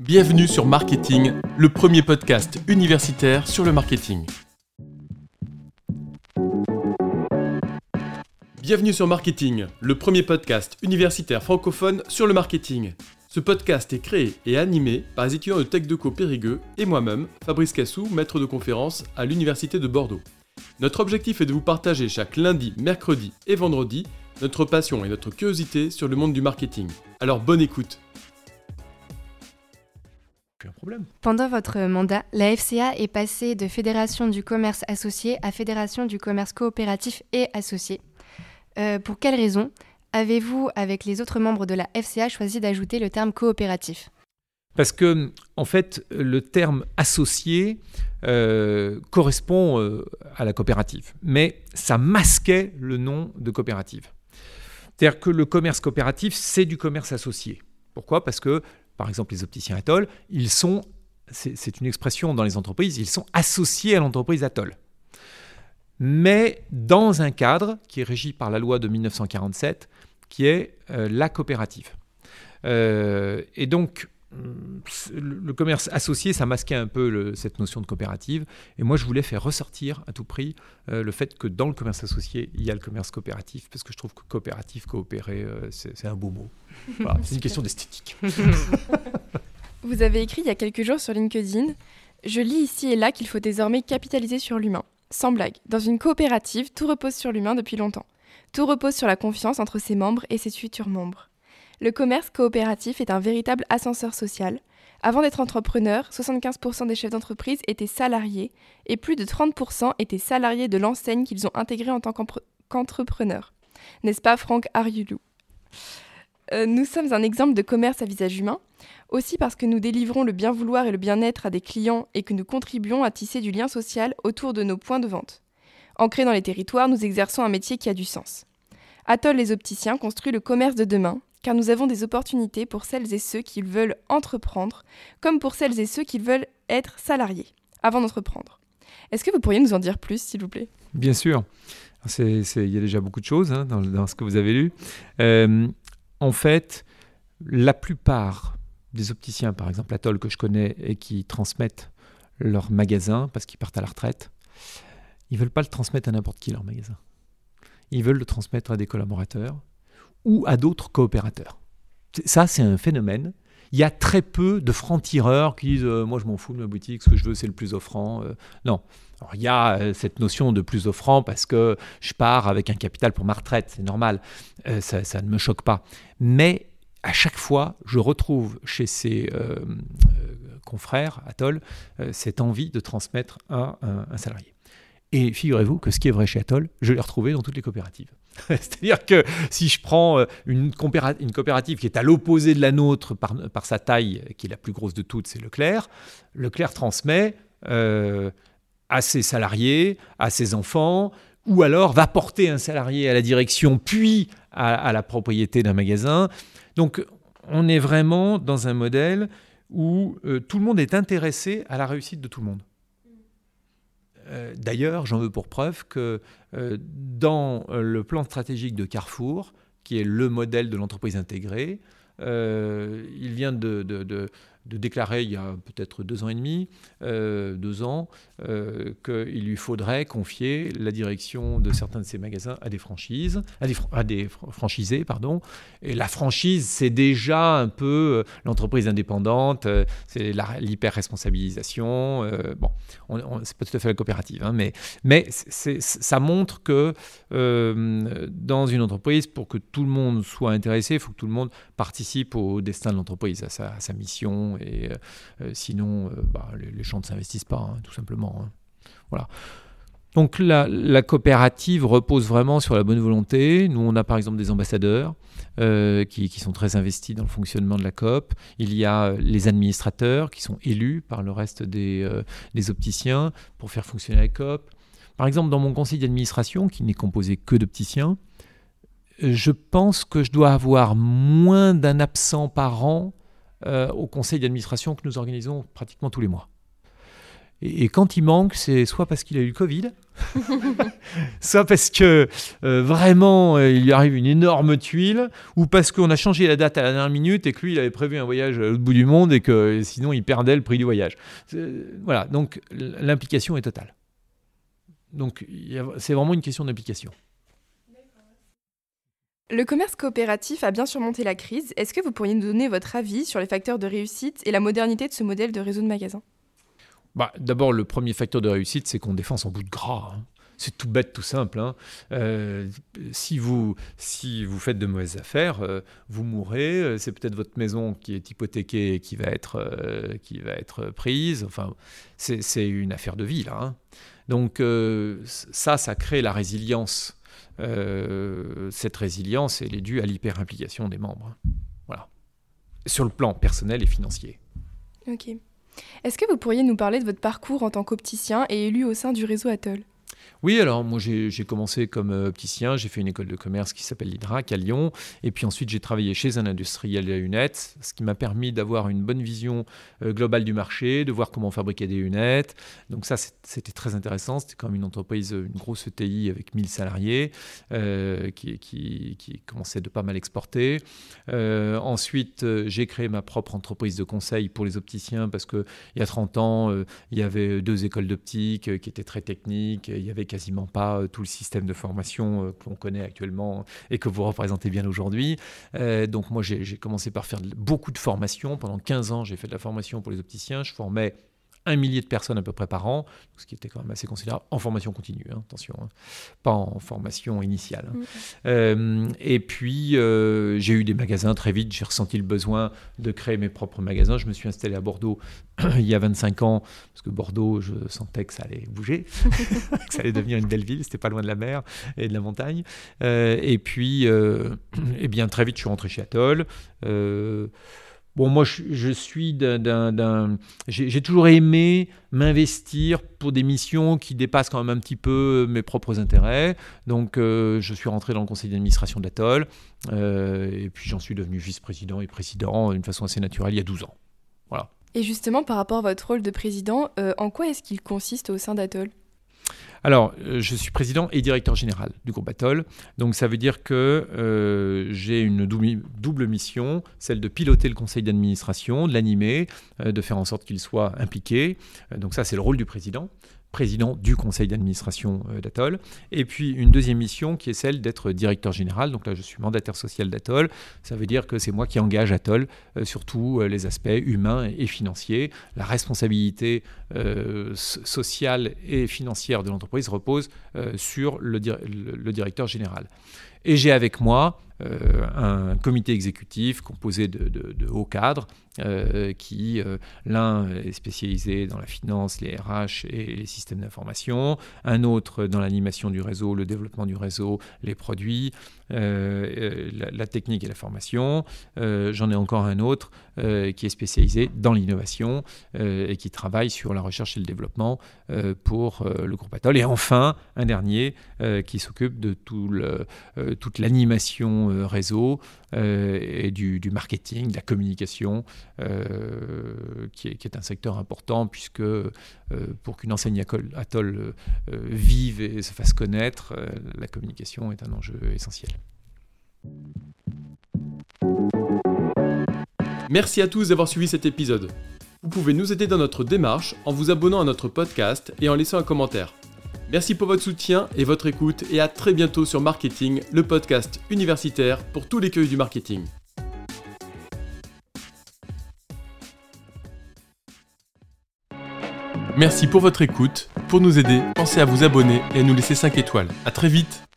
Bienvenue sur Marketing, le premier podcast universitaire sur le marketing. Bienvenue sur Marketing, le premier podcast universitaire francophone sur le marketing. Ce podcast est créé et animé par les étudiants de TechDeco Périgueux et moi-même, Fabrice Cassou, maître de conférence à l'Université de Bordeaux. Notre objectif est de vous partager chaque lundi, mercredi et vendredi notre passion et notre curiosité sur le monde du marketing. Alors bonne écoute. Pendant votre mandat, la FCA est passée de Fédération du commerce associé à Fédération du commerce coopératif et associé. Pour quelles raisons avez-vous, avec les autres membres de la FCA, choisi d'ajouter le terme coopératif ? Parce que, en fait, le terme associé correspond à la coopérative, mais ça masquait le nom de coopérative. C'est-à-dire que le commerce coopératif, c'est du commerce associé. Pourquoi ? Parce que, par exemple, les opticiens Atoll, c'est une expression dans les entreprises, ils sont associés à l'entreprise Atoll. Mais dans un cadre qui est régi par la loi de 1947, qui est la coopérative. Et donc, le commerce associé, ça masquait un peu cette notion de coopérative. Et moi, je voulais faire ressortir à tout prix le fait que dans le commerce associé, il y a le commerce coopératif, parce que je trouve que coopératif, coopérer, c'est un beau mot. Voilà, c'est une question d'esthétique. Vous avez écrit il y a quelques jours sur LinkedIn « Je lis ici et là qu'il faut désormais capitaliser sur l'humain. Sans blague, dans une coopérative, tout repose sur l'humain depuis longtemps. Tout repose sur la confiance entre ses membres et ses futurs membres. Le commerce coopératif est un véritable ascenseur social. Avant d'être entrepreneur, 75% des chefs d'entreprise étaient salariés et plus de 30% étaient salariés de l'enseigne qu'ils ont intégrée en tant qu'entrepreneurs. N'est-ce pas, Franck Ariulou ? Nous sommes un exemple de commerce à visage humain, aussi parce que nous délivrons le bien vouloir et le bien-être à des clients et que nous contribuons à tisser du lien social autour de nos points de vente. Ancrés dans les territoires, nous exerçons un métier qui a du sens. Atoll les opticiens construit le commerce de demain, car nous avons des opportunités pour celles et ceux qui veulent entreprendre, comme pour celles et ceux qui veulent être salariés, avant d'entreprendre. Est-ce que vous pourriez nous en dire plus, s'il vous plaît ? Bien sûr. Il y a déjà beaucoup de choses dans ce que vous avez lu. En fait, la plupart des opticiens, par exemple Atoll que je connais et qui transmettent leur magasin parce qu'ils partent à la retraite, ils ne veulent pas le transmettre à n'importe qui, leur magasin. Ils veulent le transmettre à des collaborateurs ou à d'autres coopérateurs. Ça, c'est un phénomène. Il y a très peu de francs-tireurs qui disent « moi, je m'en fous de ma boutique, ce que je veux, c'est le plus offrant. » Non. Alors, il y a cette notion de plus offrant parce que je pars avec un capital pour ma retraite, c'est normal. Ça ne me choque pas. Mais à chaque fois, je retrouve chez ces confrères, Atoll, cette envie de transmettre à un salarié. Et figurez-vous que ce qui est vrai chez Atoll, je l'ai retrouvé dans toutes les coopératives. C'est-à-dire que si je prends une coopérative qui est à l'opposé de la nôtre par sa taille, qui est la plus grosse de toutes, c'est Leclerc. Leclerc transmet à ses salariés, à ses enfants, ou alors va porter un salarié à la direction, puis à la propriété d'un magasin. Donc, on est vraiment dans un modèle où tout le monde est intéressé à la réussite de tout le monde. D'ailleurs, j'en veux pour preuve que dans le plan stratégique de Carrefour, qui est le modèle de l'entreprise intégrée, il vient de déclarer il y a peut-être 2 ans et demi, 2 ans, qu'il lui faudrait confier la direction de certains de ces magasins à des franchisés. Et la franchise, c'est déjà un peu l'entreprise indépendante, c'est l'hyper-responsabilisation. C'est pas tout à fait la coopérative, mais ça montre que dans une entreprise, pour que tout le monde soit intéressé, il faut que tout le monde participe au destin de l'entreprise, à sa mission. Et sinon, les gens ne s'investissent pas, tout simplement. Voilà. Donc la coopérative repose vraiment sur la bonne volonté. Nous, on a par exemple des ambassadeurs qui sont très investis dans le fonctionnement de la coop. Il y a les administrateurs qui sont élus par le reste des opticiens pour faire fonctionner la coop. Par exemple, dans mon conseil d'administration, qui n'est composé que d'opticiens, je pense que je dois avoir moins d'un absent par an au conseil d'administration que nous organisons pratiquement tous les mois. Et quand il manque, c'est soit parce qu'il a eu le Covid, soit parce que vraiment il lui arrive une énorme tuile, ou parce qu'on a changé la date à la dernière minute et que lui il avait prévu un voyage à l'autre bout du monde et que sinon il perdait le prix du voyage. Voilà, donc l'implication est totale. Donc c'est vraiment une question d'implication. Le commerce coopératif a bien surmonté la crise. Est-ce que vous pourriez nous donner votre avis sur les facteurs de réussite et la modernité de ce modèle de réseau de magasins ? D'abord, le premier facteur de réussite, c'est qu'on défend son bout de gras. C'est tout bête, tout simple. Si vous faites de mauvaises affaires, vous mourrez. C'est peut-être votre maison qui est hypothéquée et qui va être prise. Enfin, c'est une affaire de vie, là. Donc, ça crée la résilience. Cette résilience, elle est due à l'hyper-implication des membres. Voilà. Sur le plan personnel et financier. Ok. Est-ce que vous pourriez nous parler de votre parcours en tant qu'opticien et élu au sein du réseau Atoll ? Oui, alors moi j'ai commencé comme opticien, j'ai fait une école de commerce qui s'appelle l'IDRAC à Lyon, et puis ensuite j'ai travaillé chez un industriel des lunettes, ce qui m'a permis d'avoir une bonne vision globale du marché, de voir comment on fabriquait des lunettes. Donc ça c'était très intéressant, c'était quand même une entreprise, une grosse ETI avec 1000 salariés qui commençait de pas mal exporter. Ensuite j'ai créé ma propre entreprise de conseil pour les opticiens parce qu'il y a 30 ans il y avait 2 écoles d'optique qui étaient très techniques, il y avait quasiment pas tout le système de formation qu'on connaît actuellement et que vous représentez bien aujourd'hui. Donc moi, j'ai commencé par faire beaucoup de formations. Pendant 15 ans, j'ai fait de la formation pour les opticiens. Je formais 1 millier de personnes à peu près par an, ce qui était quand même assez considérable, en formation continue, attention, pas en formation initiale. Et puis, j'ai eu des magasins très vite, j'ai ressenti le besoin de créer mes propres magasins. Je me suis installé à Bordeaux il y a 25 ans, parce que Bordeaux, je sentais que ça allait bouger, que ça allait devenir une belle ville, c'était pas loin de la mer et de la montagne. Et puis, bien très vite, je suis rentré chez Atoll. Bon, moi, je suis j'ai toujours aimé m'investir pour des missions qui dépassent quand même un petit peu mes propres intérêts. Donc, je suis rentré dans le conseil d'administration d'Atoll. Et puis, j'en suis devenu vice-président et président d'une façon assez naturelle il y a 12 ans. Voilà. Et justement, par rapport à votre rôle de président, en quoi est-ce qu'il consiste au sein d'Atoll ? Alors, je suis président et directeur général du groupe Atoll. Donc, ça veut dire que j'ai une double mission, celle de piloter le conseil d'administration, de l'animer, de faire en sorte qu'il soit impliqué. Donc, ça, c'est le rôle du président du conseil d'administration d'Atoll. Et puis, une deuxième mission qui est celle d'être directeur général. Donc là, je suis mandataire social d'Atoll. Ça veut dire que c'est moi qui engage Atoll sur tous les aspects humains et financiers. La responsabilité sociale et financière de l'entreprise repose sur le directeur général. Et j'ai avec moi un comité exécutif composé de hauts cadres qui, l'un est spécialisé dans la finance, les RH et les systèmes d'information, un autre dans l'animation du réseau, le développement du réseau, les produits, la technique et la formation. J'en ai encore un autre qui est spécialisé dans l'innovation et qui travaille sur la recherche et le développement pour le groupe Atoll. Et enfin, un dernier qui s'occupe de toute l'animation réseau et du marketing, de la communication, qui est un secteur important puisque pour qu'une enseigne Atoll vive et se fasse connaître, la communication est un enjeu essentiel. Merci à tous d'avoir suivi cet épisode. Vous pouvez nous aider dans notre démarche en vous abonnant à notre podcast et en laissant un commentaire. Merci pour votre soutien et votre écoute et à très bientôt sur Marketing, le podcast universitaire pour tous les curieux du marketing. Merci pour votre écoute. Pour nous aider, pensez à vous abonner et à nous laisser 5 étoiles. À très vite.